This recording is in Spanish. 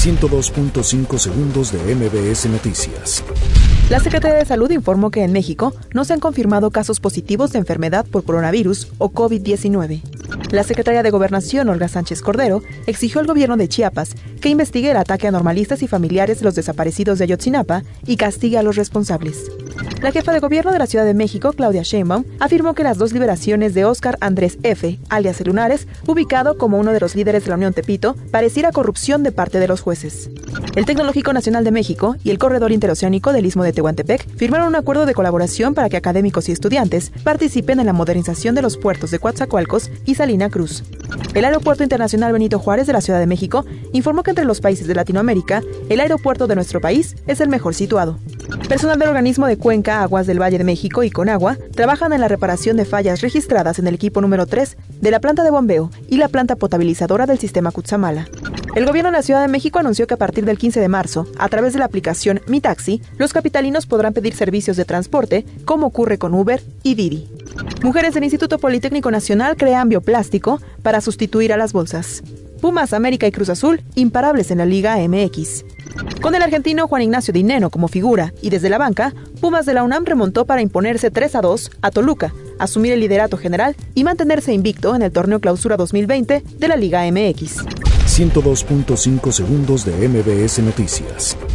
102.5 segundos de MBS Noticias. La Secretaría de Salud informó que en México no se han confirmado casos positivos de enfermedad por coronavirus o COVID-19. La Secretaría de Gobernación, Olga Sánchez Cordero, exigió al gobierno de Chiapas que investigue el ataque a normalistas y familiares de los desaparecidos de Ayotzinapa y castigue a los responsables. La jefa de gobierno de la Ciudad de México, Claudia Sheinbaum, afirmó que las dos liberaciones de Óscar Andrés F., alias El Lunares, ubicado como uno de los líderes de la Unión Tepito, pareciera corrupción de parte de los jueces. El Tecnológico Nacional de México y el Corredor Interoceánico del Istmo de Tehuantepec firmaron un acuerdo de colaboración para que académicos y estudiantes participen en la modernización de los puertos de Coatzacoalcos y Salina Cruz. El Aeropuerto Internacional Benito Juárez de la Ciudad de México informó que entre los países de Latinoamérica, el aeropuerto de nuestro país es el mejor situado. Personal del organismo de Cuenca, Aguas del Valle de México y Conagua trabajan en la reparación de fallas registradas en el equipo número 3 de la planta de bombeo y la planta potabilizadora del sistema Cutzamala. El gobierno de la Ciudad de México anunció que a partir del 15 de marzo, a través de la aplicación Mi Taxi, los capitalinos podrán pedir servicios de transporte, como ocurre con Uber y Didi. Mujeres del Instituto Politécnico Nacional crean bioplástico para sustituir a las bolsas. Pumas, América y Cruz Azul, imparables en la Liga MX. Con el argentino Juan Ignacio Dineno como figura y desde la banca, Pumas de la UNAM remontó para imponerse 3-2 a Toluca, asumir el liderato general y mantenerse invicto en el torneo Clausura 2020 de la Liga MX. 102.5 segundos de MBS Noticias.